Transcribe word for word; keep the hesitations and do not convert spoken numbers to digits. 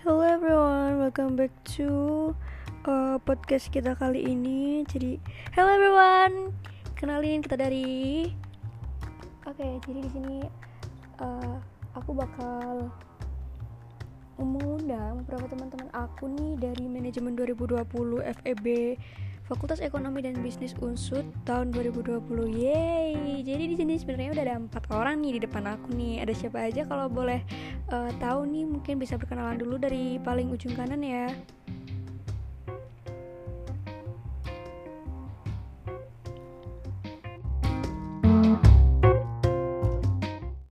Hello everyone, welcome back to uh, podcast kita kali ini. Jadi, hello everyone, kenalin kita dari. Oke, okay, jadi di sini uh, aku bakal mengundang beberapa teman-teman aku nih dari manajemen dua ribu dua puluh F E B Fakultas Ekonomi dan Bisnis Unsud tahun dua ribu dua puluh. Yeay. Jadi di sini sebenarnya udah ada empat orang nih di depan aku nih. Ada siapa aja kalau boleh uh, tahu nih, mungkin bisa perkenalan dulu dari paling ujung kanan ya.